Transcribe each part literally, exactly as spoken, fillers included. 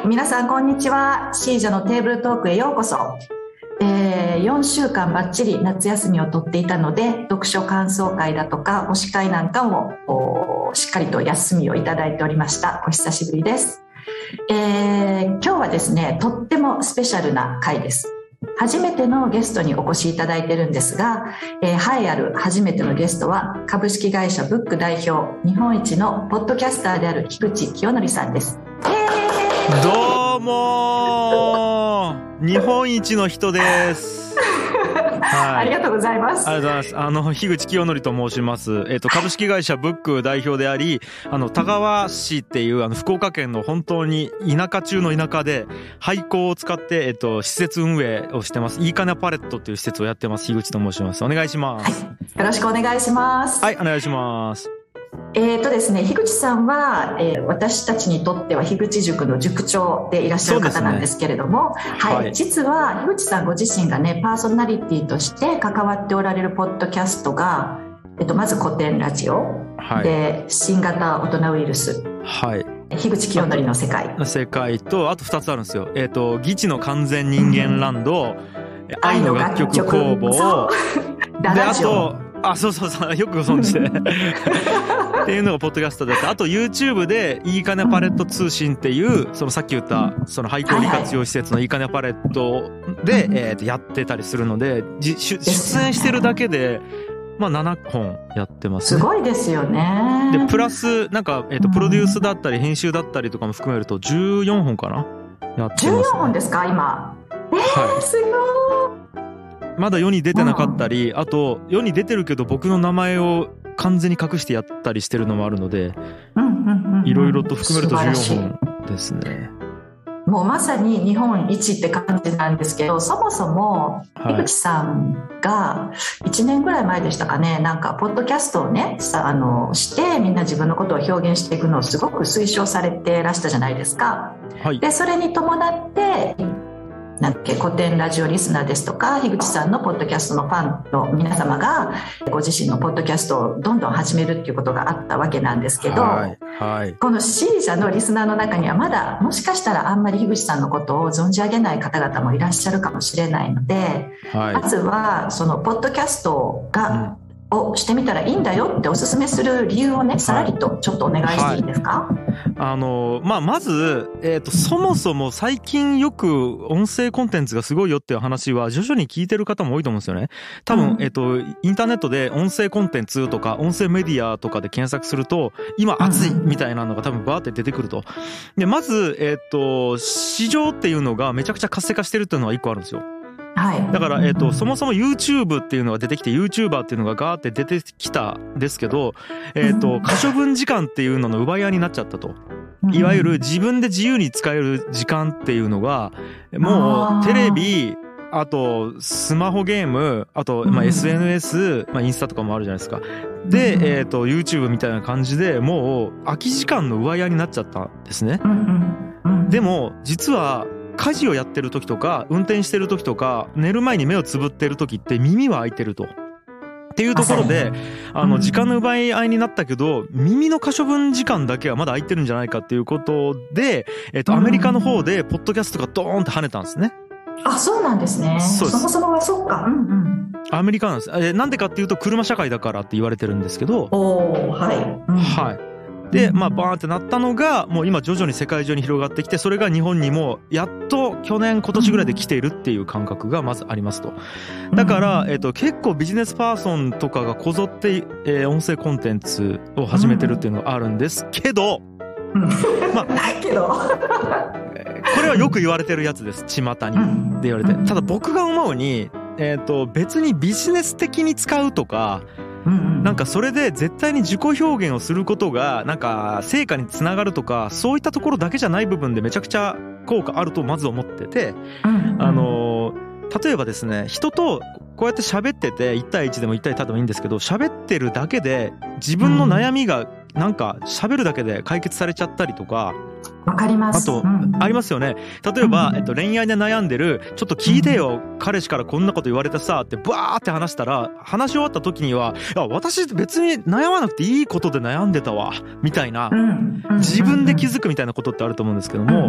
い、皆さんこんにちは。シージャのテーブルトークへようこそ。えー、よんしゅうかんバッチリ夏休みを取っていたので、読書感想会だとか推し会なんかもしっかりと休みをいただいておりました。お久しぶりです。えー、今日はですね、とってもスペシャルな回です。初めてのゲストにお越しいただいてるんですが、えー、栄えある初めてのゲストは株式会社ブック代表、日本一のポッドキャスターである樋口清則さんです。 えー、どうも日本一の人ですはい、 ありがとうございます。 ありがとうございます。あの樋口清則と申します。えっと株式会社ブック代表であり、あの田川市っていうあの福岡県の本当に田舎中の田舎で廃校を使ってえっと施設運営をしてます。いいかねパレットっていう施設をやってます。樋口と申します。お願いします。 はい、よろしくお願いします。 はい、お願いします。 えーとですね、樋口さんは、えー、私たちにとっては樋口塾の塾長でいらっしゃる方なんですけれども、ね、はいはい、実は樋口さんご自身がねパーソナリティとして関わっておられるポッドキャストが、えっと、まず古典ラジオ、はい、で新型大人ウイルス、はい、樋口清則の世界の世界とあとふたつあるんですよ。えーとギチの完全人間ランド、うん、愛の楽曲工房であとあそうそうそうよくご存知でっていうのがポッドキャストであって、あと YouTube でいいかねパレット通信っていうそのさっき言ったその廃校利活用施設のいいかねパレットでえーとやってたりするので、出演してるだけでまあななほんやってますね。 すごいですよね。 でプラスなんかえーとプロデュースだったり編集だったりとかも含めるとじゅうよんほんかなやってますね。 じゅうよんほんですか今。えー、はい、すごい。 まだ世に出てなかったり、あと世に出てるけど僕の名前を完全に隠してやったりしてるのもあるので、いろいろと含めるとじゅうよんほんですね。 もうまさに日本一って感じなんですけど、そもそも樋口さんがいちねんぐらい前でしたかね、なんかポッドキャストをねさあのしてみんな自分のことを表現していくのをすごく推奨されてらしたじゃないですか、はい、でそれに伴ってなんだっけ古典ラジオリスナーですとか樋口さんのポッドキャストのファンの皆様がご自身のポッドキャストをどんどん始めるっていうことがあったわけなんですけど、はいはい、この C 社のリスナーの中にはまだもしかしたらあんまり樋口さんのことを存じ上げない方々もいらっしゃるかもしれないので、はい、まずはそのポッドキャストが、うん、をしてみたらいいんだよっておすすめする理由をねさらりとちょっとお願いしていいですか。はいはい、 あのまあ、まず、えーと、そもそも最近よく音声コンテンツがすごいよっていう話は徐々に聞いてる方も多いと思うんですよね。多分、うんえーと、インターネットで音声コンテンツとか音声メディアとかで検索すると今熱いみたいなのが多分バーって出てくると。でまず、えーと、市場っていうのがめちゃくちゃ活性化してるっていうのはいっこあるんですよ。はい、だから、えーと、そもそも YouTube っていうのが出てきて YouTuber っていうのがガーって出てきたんですけど、えーと、可処分時間っていうのの奪い合いになっちゃったと。いわゆる自分で自由に使える時間っていうのがもうテレビ、あとスマホゲーム、あとまあ エスエヌエス、まあインスタとかもあるじゃないですか。で、えーと YouTube みたいな感じでもう空き時間の奪い合いになっちゃったんですね。でも実は家事をやってる時とか運転してる時とか寝る前に目をつぶってる時って耳は開いてると。っていうところであの時間の奪い合いになったけど耳の可処分時間だけはまだ空いてるんじゃないかっていうことで、えっとアメリカの方でポッドキャストがドーンって跳ねたんですね。 あ、そうなんですね。そうです。そもそもはそっか、うんうん、 アメリカなんです。えなんでかっていうと車社会だからって言われてるんですけど、 おはい、うん、 はいでまあバーンってなったのがもう今徐々に世界中に広がってきて、それが日本にもやっと去年今年ぐらいで来ているっていう感覚がまずありますと。だから、えーと、結構ビジネスパーソンとかがこぞって、えー、音声コンテンツを始めてるっていうのがあるんですけど、 うんまあ、だけどこれはよく言われてるやつです巷にで言われて。ただ僕が思うに、えーと、別にビジネス的に使うとかなんかそれで絶対に自己表現をすることがなんか成果につながるとかそういったところだけじゃない部分でめちゃくちゃ効果あるとまず思ってて、あの例えばですね、人とこうやって喋ってていち対いちでもいち対多でもいいんですけど、喋ってるだけで自分の悩みがなんか喋るだけで解決されちゃったりとか、 わかります。 あと、うん、ありますよね。例えば、えっと、恋愛で悩んでる、ちょっと聞いてよ、うん、彼氏からこんなこと言われてさってバーって話したら、話し終わった時には、いや私別に悩まなくていいことで悩んでたわみたいな、うん、自分で気づくみたいなことってあると思うんですけども、うん、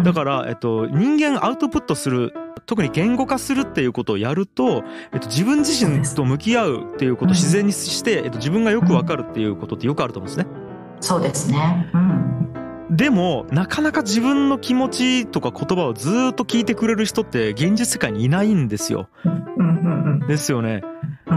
だから、えっと、人間アウトプットする、特に言語化するっていうことをやると、えっと、自分自身と向き合うっていうことを自然にして、えっと、自分がよくわかるっていうことってよくあると思うんですね。 そうですね。うん。 でもなかなか自分の気持ちとか言葉をずっと聞いてくれる人って現実世界にいないんですよ。 うんうんうん。 ですよね。 うん。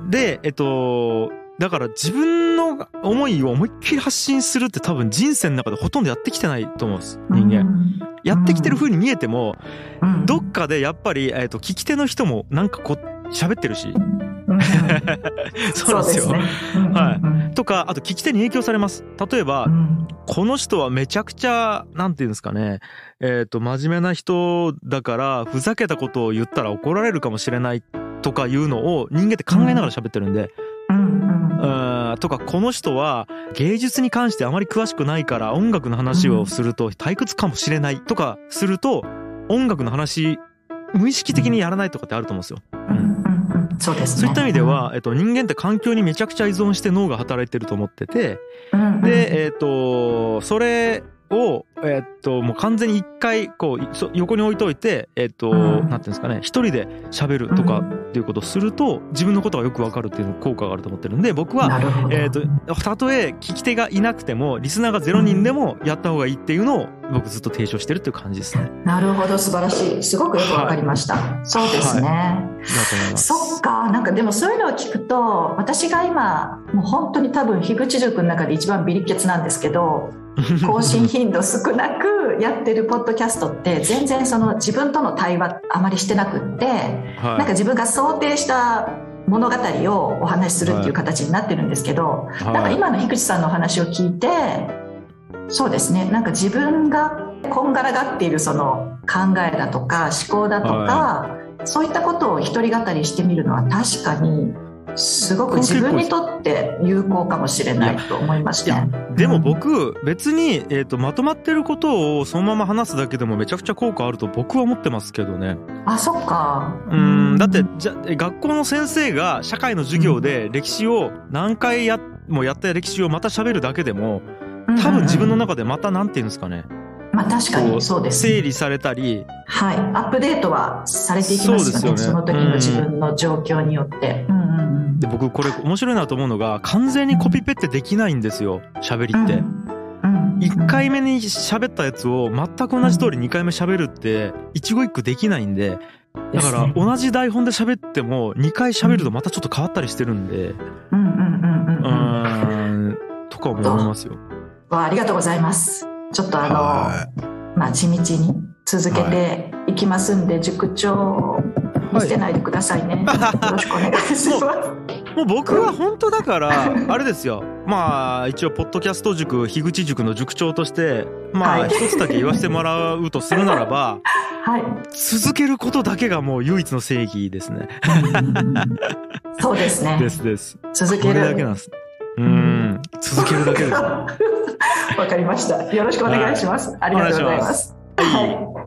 で、えっと、だから自分の思いを思いっきり発信するって多分人生の中でほとんどやってきてないと思うんです、人間。うん、やってきてる風に見えても、うん、どっかでやっぱり、えっと、聞き手の人もなんかこう喋ってるし。うん、そうなんですよ。そうですね。はい。とか、あと聞き手に影響されます。例えば、うん、この人はめちゃくちゃ、なんていうんですかね、えっと、真面目な人だから、ふざけたことを言ったら怒られるかもしれないとかいうのを人間って考えながら喋ってるんで、うんうんうん、とか、この人は芸術に関してあまり詳しくないから音楽の話をすると退屈かもしれないとかすると、音楽の話無意識的にやらないとかってあると思うんですよ。うん、 そうですね。 そういった意味では、えっと、人間って環境にめちゃくちゃ依存して脳が働いてると思ってて、うんうん、で、えっと、それを、えっと、もう完全に一回、こう、横に置いといて、えっと、うん、なんていうんですかね、一人で喋るとかっていうことをすると、自分のことがよくわかるっていう効果があると思ってるんで、僕は、えっと、たとえ聞き手がいなくても、リスナーがゼロにんでもやった方がいいっていうのを、僕ずっと提唱してるっていう感じですね。 なるほど、素晴らしい。すごくよくわかりました。はい、そうですね。はい、そっか、なんかでもそういうのを聞くと、私が今、もう本当に多分、樋口塾の中で一番ビリケツなんですけど、更新頻度少なくやってるポッドキャストって全然その自分との対話あまりしてなくって、はい、なんか自分が想定した物語をお話しするっていう形になってるんですけど、はい、なんか今の樋口さんのお話を聞いて、そうですね、なんか自分がこんがらがっているその考えだとか思考だとか、はい、そういったことを一人語りしてみるのは確かにすごく自分にとって有効かもしれないと思いましたね。 でも僕別に、えーと、まとまってることをそのまま話すだけでもめちゃくちゃ効果あると僕は思ってますけどね。 あ、そっか。 うんだってじゃ学校の先生が社会の授業で歴史を何回やもやった歴史をまた喋るだけでも多分自分の中でまたなんていうんですかね、 まあ確かにそうです。 整理されたり、 はい、アップデートはされていきますよね。そうですよね。その時の自分の状況によって。うんうんうん、で僕これ面白いなと思うのが完全にコピペってできないんですよ、喋りって。うんうん、いっかいめに喋ったやつを全く同じ通りにかいめ喋るって一語一句できないんで、だから同じ台本で喋ってもにかい喋るとまたちょっと変わったりしてるんで、うんうんうんうんうんとか思いますよ。ありがとうございます。ちょっとあのまあ地道に続けていきますんで、はい、塾長見捨てないでくださいね、はい、よろしくお願いします。 もう僕は本当だからあれですよ、まあ一応ポッドキャスト塾樋口塾の塾長としてまあ一つだけ言わせてもらうとするならば、はい、続けることだけがもう唯一の正義ですね。 そうですね。 ですです。 続ける。 これだけなんです。うん、続けるだけです。わかりました。よろしくお願いします。はい、ありがとうございます。はい、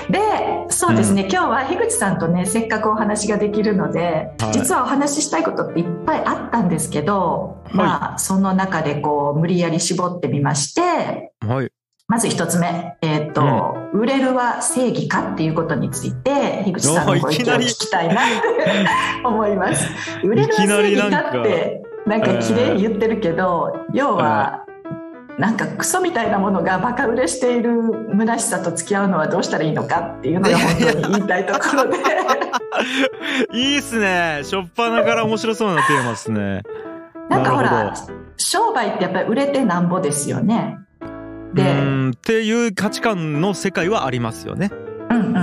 でそうですね、うん、今日は樋口さんとねせっかくお話ができるので、はい、実はお話ししたいことっていっぱいあったんですけど、はい、まあその中でこう無理やり絞ってみまして、はい、まず一つ目、えーとうん、売れるは正義かっていうことについて樋口さんのご意見を聞きたいなって思います。売れるは正義かってなんか綺麗に言ってるけど、えー、要は、えーなんかクソみたいなものがバカ売れしている虚しさと付き合うのはどうしたらいいのかっていうのが本当に言いたいところでいいっすね。しょっぱなから面白そうなテーマですね。 なんかほら商売ってやっぱり売れてなんぼですよね。 でうんっていう価値観の世界はありますよね。 うんうんうん。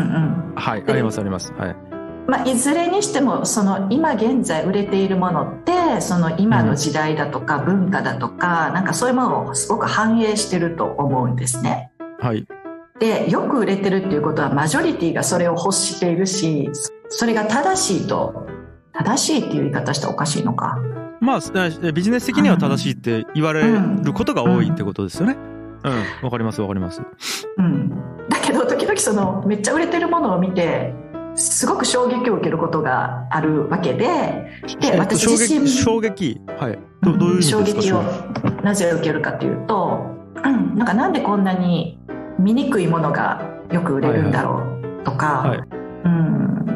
はいありますあります。はい。 まあ、いずれにしてもその今現在売れているものってその今の時代だとか文化だとか、うん、なんかそういうものをすごく反映してると思うんですね。 はい。 でよく売れてるっていうことはマジョリティがそれを欲しているし、それが正しいと正しいっていう言い方したらおかしいのか。 まあビジネス的には正しいって言われることが多いってことですよね。うん、わ、うん、かりますわかります。 うん。だけど時々そのめっちゃ売れてるものを見てすごく衝撃を受けることがあるわけで、で私自身衝撃、はい、ど, どういう意味ですか？ 衝撃をなぜ受けるかというと、うん、なんかなんでこんなに醜いものがよく売れるんだろうとか、はいはい、うん、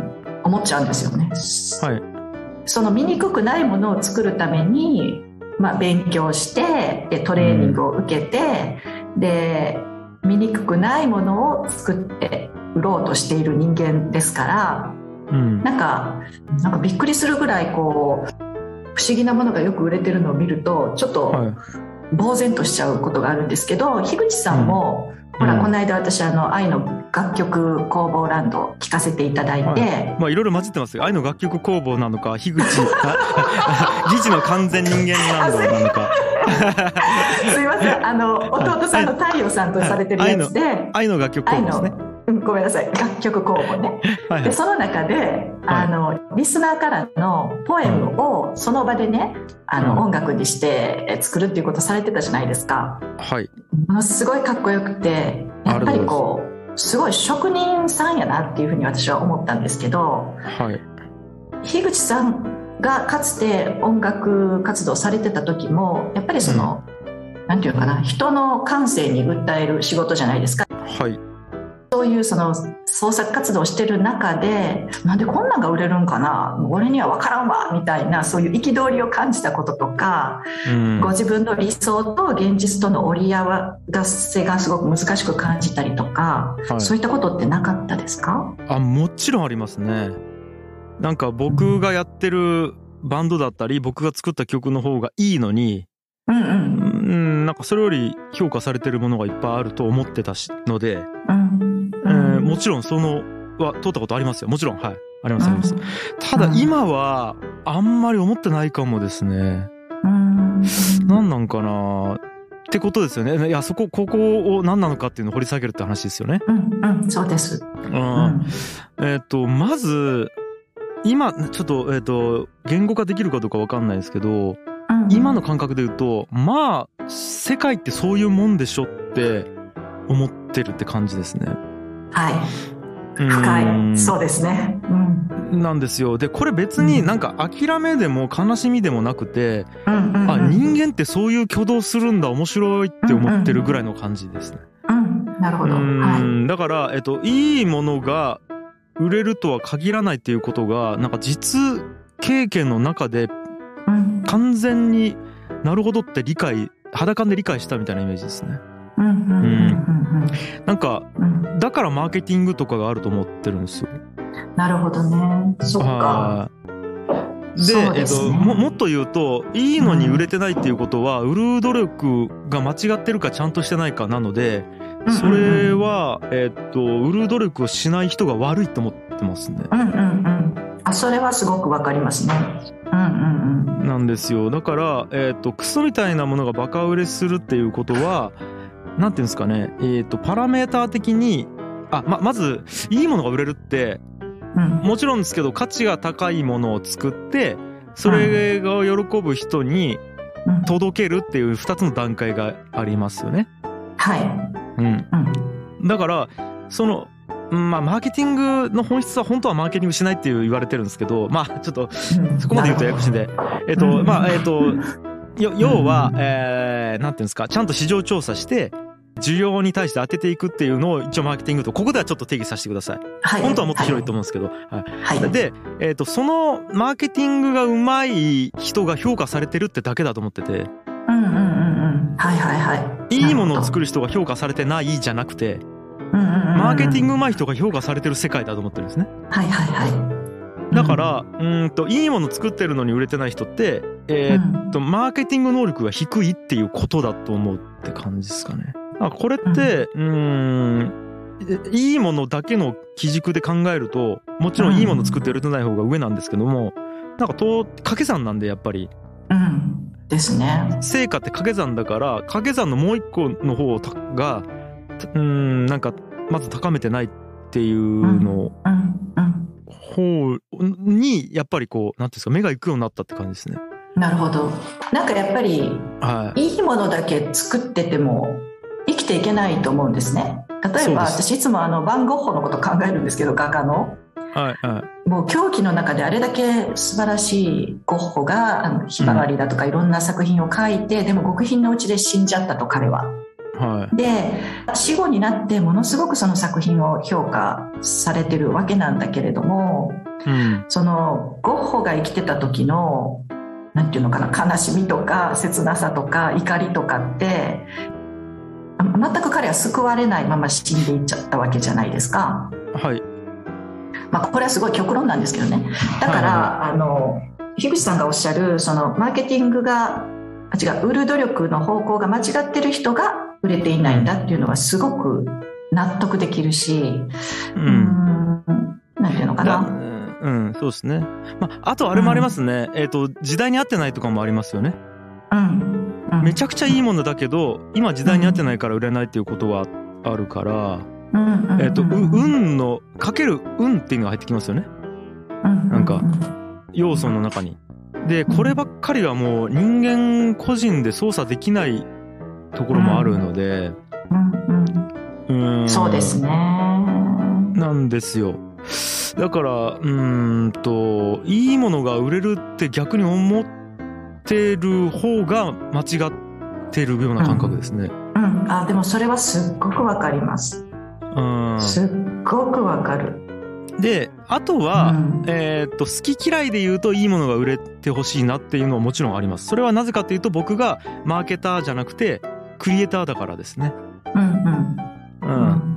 思っちゃうんですよね、はい、その醜くないものを作るために、まあ、勉強してでトレーニングを受けて、うん、で醜くないものを作って売ろうとしている人間ですから、うん、なんか、なんかびっくりするぐらいこう不思議なものがよく売れてるのを見るとちょっと呆然としちゃうことがあるんですけど、樋口さんも、うん、ほらこの間私あの愛の楽曲工房ランド聞かせていただいて、はい、 まあいろいろ混じってますよ。愛の楽曲工房なのか樋口疑似の完全人間ランドなのかすいません、あの弟さんの太陽さんとされてるやつで、はい、 愛の楽曲工房ですね。 うん、ごめんなさい、楽曲工房ねはい、はい、でその中であの、はい、リスナーからのポエムをその場でね、あの、うん、音楽にして作るっていうことされてたじゃないですか。 はい、 ものすごいかっこよくて、やっぱりこうすごい職人さんやなっていうふうに私は思ったんですけど、 はい、 樋口さんがかつて音楽活動されてた時もやっぱりその、うん、なんていうかな、人の感性に訴える仕事じゃないですか。 はい、 そういうその創作活動をしてる中で、なんでこんなんが売れるんかな、俺には分からんわみたいな、そういう憤りを感じたこととか、うん、ご自分の理想と現実との折り合わせがすごく難しく感じたりとか、はい、そういったことってなかったですか？ あ、もちろんありますね。なんか僕がやってるバンドだったり、僕が作った曲の方がいいのに、うんうんうん、なんかそれより評価されてるものがいっぱいあると思ってたしので、うんえー、もちろんそのは通ったことありますよ。もちろん、はい、ありますあります、うん、ただ今はあんまり思ってないかもですね。うん、何なんかなってことですよね。いや、そこここを何なのかっていうのを掘り下げるって話ですよね。 うんうん、そうです、うん、 えっとまず今ちょっと、えーと、言語化できるかどうか分かんないですけど、うん、今の感覚で言うと、まあ世界ってそういうもんでしょって思ってるって感じですね。 はい、深い、そうですね、 うん、なんですよ。でこれ別になんか諦めでも悲しみでもなくて、うん、あ、人間ってそういう挙動するんだ、面白いって思ってるぐらいの感じですね。 うんうん、なるほど、はい、 だから、えっと、いいものが売れるとは限らないっていうことがなんか実経験の中で完全になるほどって理解、肌感で理解したみたいなイメージですね。うんうんうんうん、なんかだからマーケティングとかがあると思ってるんですよ。 なるほどね、そっか。 で、えっと、も, もっと言うと、いいのに売れてないっていうことは、うん、売る努力が間違ってるかちゃんとしてないかなので、それは、えっと、売る努力をしない人が悪いと思ってますね。 うんうんうん。あ、それはすごくわかりますね。うんうんうん。 なんですよ。だから、えっと、クソみたいなものがバカ売れするっていうことは、なんていうんですかね、えっと、パラメーター的に、あ、ま、まず、いいものが売れるって、うん、もちろんですけど、価値が高いものを作って、それが喜ぶ人に届けるっていう二つの段階がありますよね。 はい。 うん。うん、だから、その、まあ、マーケティングの本質は本当はマーケティングしないって言われてるんですけど、まあ、ちょっと、そこまで言うとややこしいんで、えっと、まあ、えっと、要は、えー、なんていうんですか、ちゃんと市場調査して、需要に対して当てていくっていうのを一応マーケティングと、ここではちょっと定義させてください。はい、本当はもっと広いと思うんですけど。はい。はい、で、えっと、そのマーケティングがうまい人が評価されてるってだけだと思ってて。 うんうんうんうん。はいはいはい。 いいものを作る人が評価されてないじゃなくて、うんうんうんうん、マーケティングうまい人が評価されてる世界だと思ってるんですね。 はいはいはい。 だから、うんと、いいもの作ってるのに売れてない人って、えー、っと、うん、マーケティング能力が低いっていうことだと思うって感じですかね。これって、うん、うーん、いいものだけの基軸で考えると、もちろんいいもの作って売れてない方が上なんですけども、なんかと掛け算なんでやっぱり。 うん。ですね。 成果って掛け算だから、掛け算のもう一個の方が、うん、なんかまず高めてないっていうの方にやっぱりこう、なんていうんですか、目が行くようになったって感じですね。 なるほど。なんかやっぱり、はい、いいものだけ作ってても生きていけないと思うんですね。例えば私いつもあのバンゴッホのこと考えるんですけど、画家の、はいはい、もう狂気の中であれだけ素晴らしいゴッホがあのひまわりだとかいろんな作品を描いて、うん、でも極貧のうちで死んじゃったと、彼は。 はい、 で死後になってものすごくその作品を評価されてるわけなんだけれども、うん、そのゴッホが生きてた時のなんていうのかな、悲しみとか切なさとか怒りとかって全く彼は救われないまま死んでいっちゃったわけじゃないですか。 はい。 まあ、これはすごい極論なんですけどね。だから、はいはい、あの樋口さんがおっしゃるそのマーケティングがあ違う売る努力の方向が間違ってる人が売れていないんだっていうのはすごく納得できるし、うん、うーんなんていうのかな、 うん、そうですね。まあ、あとあれもありますね、うん、えーと、時代に合ってないとかもありますよね。 うんうん、 めちゃくちゃいいものだけど今時代に合ってないから売れないっていうことはあるから、うんうんうん、えーと、運のかける運っていうのが入ってきますよね、うんうんうん、なんか要素の中に。でこればっかりはもう人間個人で操作できないところもあるので、 うんうんうん、うんそうですね。 なんですよ。だからうーんといいものが売れるって逆に思ってる方が間違ってるような感覚ですね、 うんうん、あでもそれはすっごくわかります。うんすっごくわかる。 であとは、うんえー、っと好き嫌いで言うといいものが売れてほしいなっていうのはもちろんあります。それはなぜかというと僕がマーケターじゃなくてクリエイターだからですね。うんうんうん、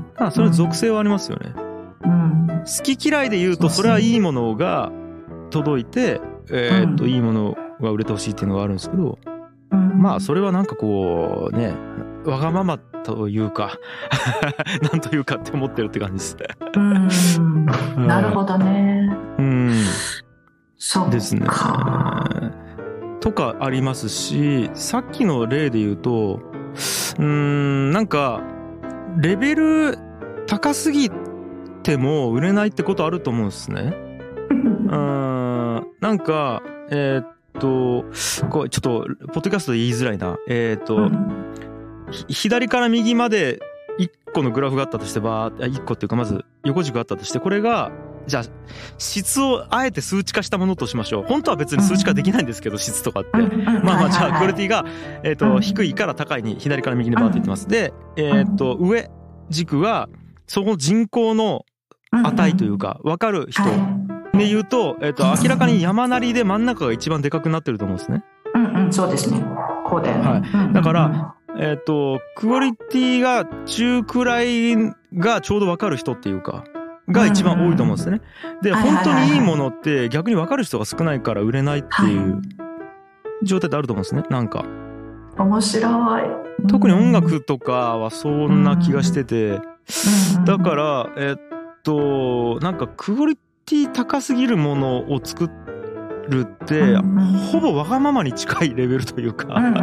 うん、それ属性はありますよね、うん、好き嫌いで言うとそれはいいものが届いて、えー、っといいものが売れてほしいっていうのがあるんですけど、うん、まあそれはなんかこうねわがままというかなんというかって思ってるって感じですね。 うんなるほどね。 うんそうですね。とかありますし、さっきの例で言うとうーんなんかレベル高すぎても売れないってことあると思うんですね。うんなんかえー、っとこうちょっとポッドキャストで言いづらいなえー、っと、うん左から右までいっこのグラフがあったとしてばいっこっていうかまず横軸があったとしてこれがじゃあ質をあえて数値化したものとしましょう。本当は別に数値化できないんですけど質とかってまあまあじゃあクオリティがえと低いから高いに左から右にバーっていってます。でえっと上軸はその人口の値というか分かる人で言うとえと明らかに山なりで真ん中が一番でかくなってると思うんですね。 うんうんそうですね。こうだよね。 はいだからえっと、クオリティが中くらいがちょうど分かる人っていうか、が一番多いと思うんですね。で、本当にいいものって逆に分かる人が少ないから売れないっていう状態ってあると思うんですね、なんか。 面白い。 特に音楽とかはそんな気がしてて、だから、えっと、なんかクオリティ高すぎるものを作って、るって、うんうん、ほぼわがままに近いレベルというか、うんうんうんうん、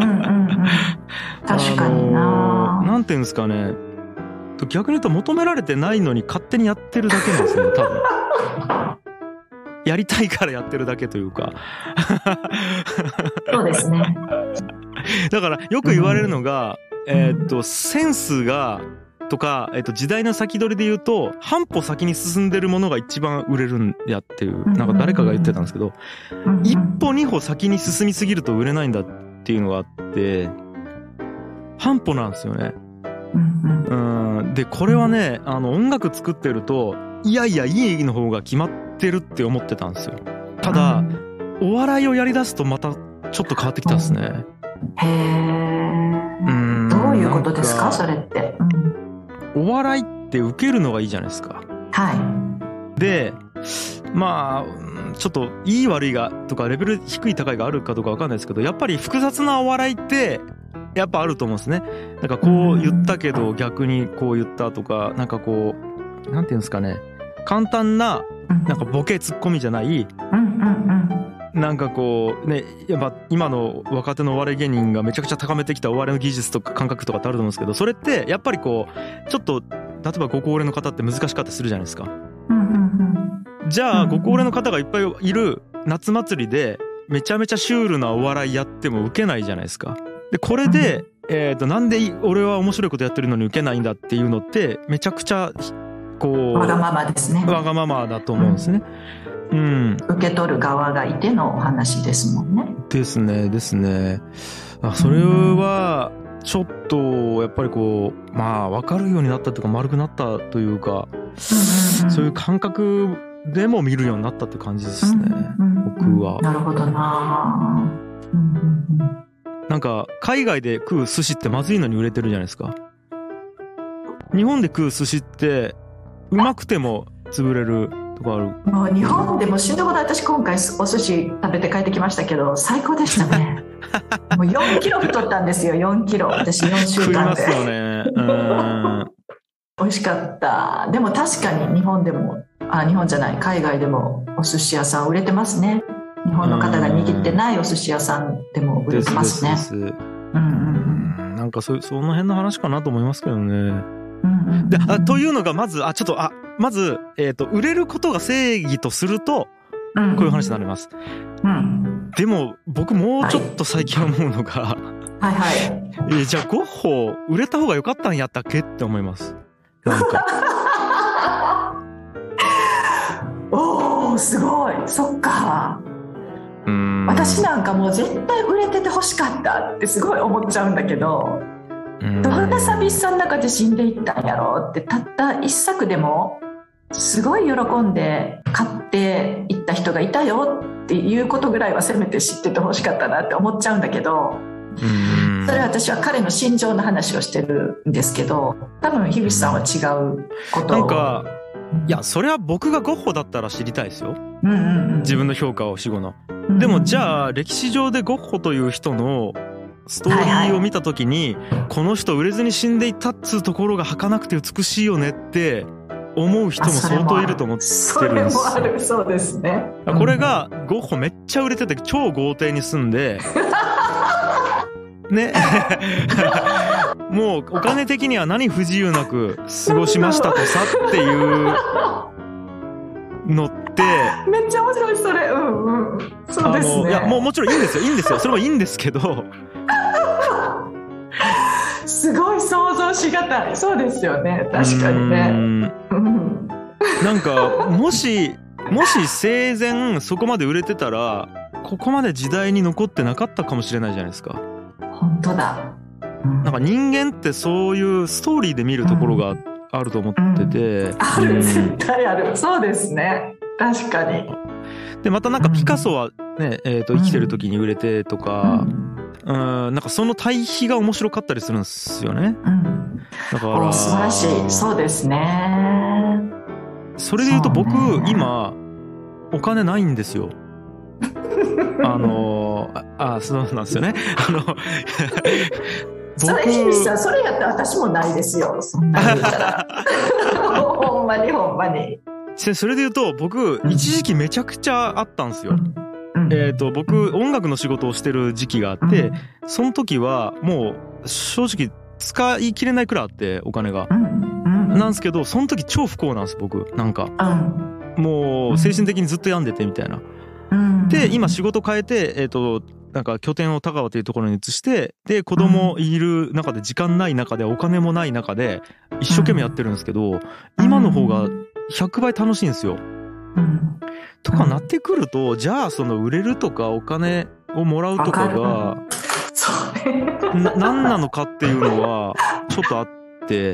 確かにな。 なんていうんですかね逆に言うと求められてないのに勝手にやってるだけなんですね多分やりたいからやってるだけというかそうですね。 だからよく言われるのが、うん、えー、っとセンスがとか、えっと、時代の先取りで言うと半歩先に進んでるものが一番売れるんやっていうなんか誰かが言ってたんですけど、うんうん、一歩二歩先に進みすぎると売れないんだっていうのがあって半歩なんですよね、うんうん、うんでこれはねあの音楽作ってるといやいやいいの方が決まってるって思ってたんですよ。ただ、うん、お笑いをやりだすとまたちょっと変わってきたですね。 へー、うん、どういうことですかそれって、うんお笑いって受けるのがいいじゃないですか。 はい。 で、まあちょっといい悪いがとかレベル低い高いがあるかどうか分かんないですけど、やっぱり複雑なお笑いってやっぱあると思うんですね。なんかこう言ったけど逆にこう言ったとか、なんかこうなんていうんですかね、簡単ななんかボケツッコミじゃない。うんうんうんなんかこうねやっぱ今の若手のお笑い芸人がめちゃくちゃ高めてきたお笑いの技術とか感覚とかってあると思うんですけど、それってやっぱりこうちょっと例えばご高齢の方って難しかったりするじゃないですか、うんうんうん、じゃあご高齢の方がいっぱいいる夏祭りでめちゃめちゃシュールなお笑いやってもウケないじゃないですか。でこれで、えーとなんで俺は面白いことやってるのにウケないんだっていうのってめちゃくちゃこうわがままですね。 わがままだと思うんですね、うん、 受け取る側がいてのお話ですもんね。 ですねですね。あそれはちょっとやっぱりこうまあ分かるようになったというか丸くなったというか、うんうんうん、そういう感覚でも見るようになったって感じですね、うんうんうん、僕は。 なるほどな、うんうんうん、 なんか海外で食う寿司ってまずいのに売れてるじゃないですか。日本で食う寿司ってうまくても潰れるとかある。 もう日本でも死んだこと私今回お寿司食べて帰ってきましたけど最高でしたねもうよんキロ太ったんですよ。よんキロ私よんしゅうかんで食いますよね。うーん美味しかった。でも確かに日本でもあ日本じゃない海外でもお寿司屋さん売れてますね。日本の方が握ってないお寿司屋さんでも売れてますね。ですですです、うんうんうん、 なんか そ, その辺の話かなと思いますけどね、うんうんうん、であというのがまずあちょっとあまず、えーと、売れることが正義とするとこういう話になります、うん、でも僕もうちょっと最近思うのが、はいはいはい、 えー、じゃあゴッホ売れた方が良かったんやったっけって思います。なんかおーすごいそっか。うーん私なんかもう絶対売れてて欲しかったってすごい思っちゃうんだけど、どんな寂しさの中で死んでいったんやろうってたった一作でもすごい喜んで買っていった人がいたよっていうことぐらいはせめて知ってて欲しかったなって思っちゃうんだけど、それは私は彼の心情の話をしてるんですけど多分樋口さんは違うことをなんかいやそれは僕がゴッホだったら知りたいですよ、うんうんうん、自分の評価を死後の、うんうん、でもじゃあ歴史上でゴッホという人のストーリーを見た時に、はいはい、この人売れずに死んでいったっつうところが儚くて美しいよねって思う人も相当いると思ってるんです。 それもある。そうですね。 これがゴッホめっちゃ売れてて超豪邸に住んでねもうお金的には何不自由なく過ごしましたとさっていうのってめっちゃ面白いそれ。うんうんそうですね。 いやもうもちろんいいんですよいいんですよそれもいいんですけどすごい想像しがたい。そうですよね確かにね。うんなんかもしもし生前そこまで売れてたらここまで時代に残ってなかったかもしれないじゃないですか。 本当だ、うん、 なんか人間ってそういうストーリーで見るところがあると思ってて、うんうん、 ある絶対ある。そうですね確かに。 でまたなんかピカソはね、えーと生きてる時に売れてとか、うん、うんなんかその対比が面白かったりするんですよね、うん、だから素晴らしい。そうですね。 それで言うと僕今お金ないんですよあのああそうなんですよねあのそれ樋口さんそれやったら私もないですよそんなに言ったらほんまにほんまに。 それで言うと僕一時期めちゃくちゃあったんですよ、うんえー、と僕音楽の仕事をしてる時期があって、うん、その時はもう正直使い切れないくらいあってお金が、うんうん、なんですけどその時超不幸なんです僕なんか、うん、もう精神的にずっと病んでてみたいな、うん、で今仕事変えて、えー、となんか拠点を田川というところに移してで子供いる中で時間ない中でお金もない中で一生懸命やってるんですけど今の方がひゃくばい楽しいんですよ、うん、とかなってくるとじゃあその売れるとかお金をもらうとかがな何なのかっていうのはちょっとあって、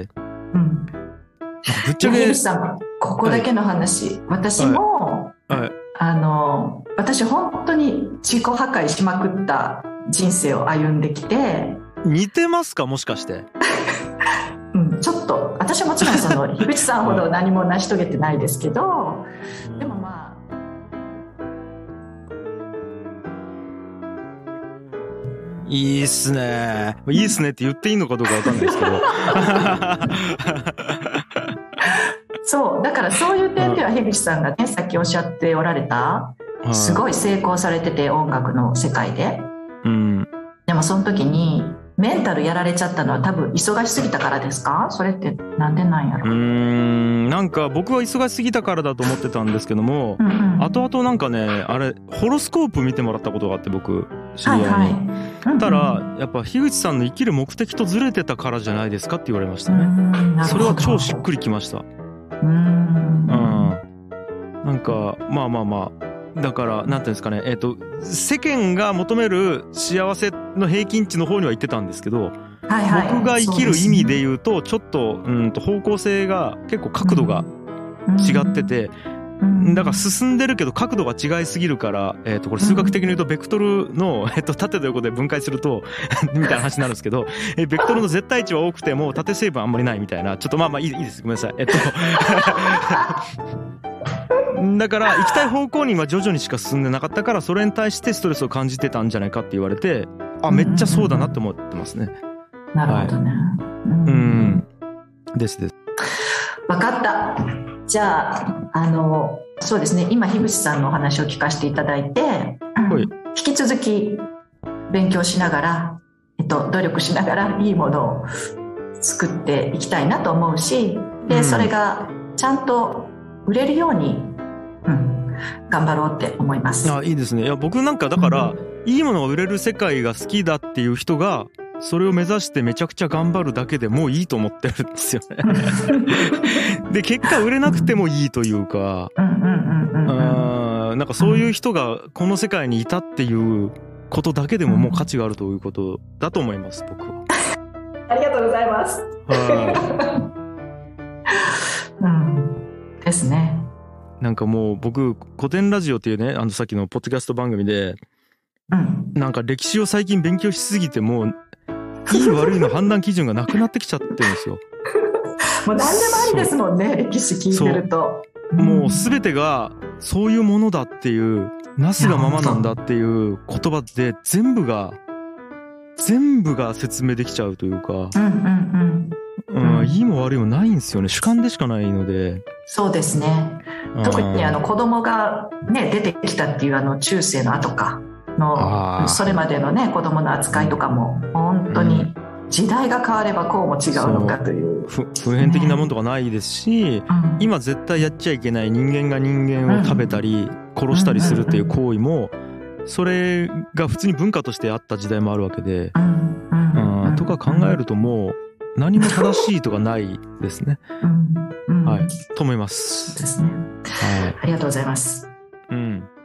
うん、ぶっちゃけ樋口さんここだけの話、はい、私も、はいはい、あの私本当に自己破壊しまくった人生を歩んできて。 似てますかもしかしてうん、ちょっと私はもちろんその樋口さんほど何も成し遂げてないですけどでもまあいいっすねいいっすねって言っていいのかどうか分かんないですけどそうだからそういう点では樋口さんがねさっきおっしゃっておられたすごい成功されてて音楽の世界で、うん、でもその時にメンタルやられちゃったのは多分忙しすぎたからですか？それってなんでなんやろう。うーんなんか僕は忙しすぎたからだと思ってたんですけども、うんうん、後々なんかねあれホロスコープ見てもらったことがあって僕知り合いに、はいはいうんうん、たらやっぱ樋口さんの生きる目的とずれてたからじゃないですかって言われましたね。それは超しっくりきました。うーんうんなんかまあまあまあだからなんていうんですかね、えっと世間が求める幸せの平均値の方には行ってたんですけど、 はいはい、 僕が生きる意味で言うとちょっとうんと方向性が結構角度が違ってて、だから進んでるけど角度が違いすぎるから、えっとこれ数学的に言うとベクトルのえっと縦と横で分解するとみたいな話になるんですけど、えベクトルの絶対値は多くても縦成分あんまりないみたいな、ちょっとまあまあいいいいですごめんなさい、えっとだから行きたい方向には徐々にしか進んでなかったから、それに対してストレスを感じてたんじゃないかって言われて、あめっちゃそうだなって思ってますね。 なるほどね、はい、 うんですです。 分かった。じゃあ、あのそうですね、今樋口さんのお話を聞かせていただいて、うん、引き続き勉強しながら、えっと、努力しながらいいものを作っていきたいなと思うし、で、うん、それがちゃんと売れるように、うん、頑張ろうって思います。 あ、いいですね。いや僕なんかだから、うん、いいものが売れる世界が好きだっていう人がそれを目指してめちゃくちゃ頑張るだけでもういいと思ってるんですよねで結果売れなくてもいいというか、なんかそういう人がこの世界にいたっていうことだけでももう価値があるということだと思います、僕は。 ありがとうございます。うん、ですね。 なんかもう僕古典ラジオっていうね、あのさっきのポッドキャスト番組で、うん、なんか歴史を最近勉強しすぎてもういい悪いの判断基準がなくなってきちゃってるんですよ。 もう何でもありですもんね、歴史聞いてると。 もう全てがそういうものだっていう、なすがままなんだっていう言葉で全部が全部が説明できちゃうというか、うんうんうんうん、いいも悪いもないんですよね。主観でしかないので。 そうですね。特にあの子供がね出てきたっていうあの中世の後かのそれまでのね子供の扱いとかも本当に時代が変わればこうも違うのかという、 普遍的なものとかないですし、うん、今絶対やっちゃいけない人間が人間を食べたり殺したりするっていう行為もそれが普通に文化としてあった時代もあるわけで、うんうんうん、とか考えるともう何も正しいとかないですね、うんうん、はいと思います。 そうですね、はい、ありがとうございます。 うん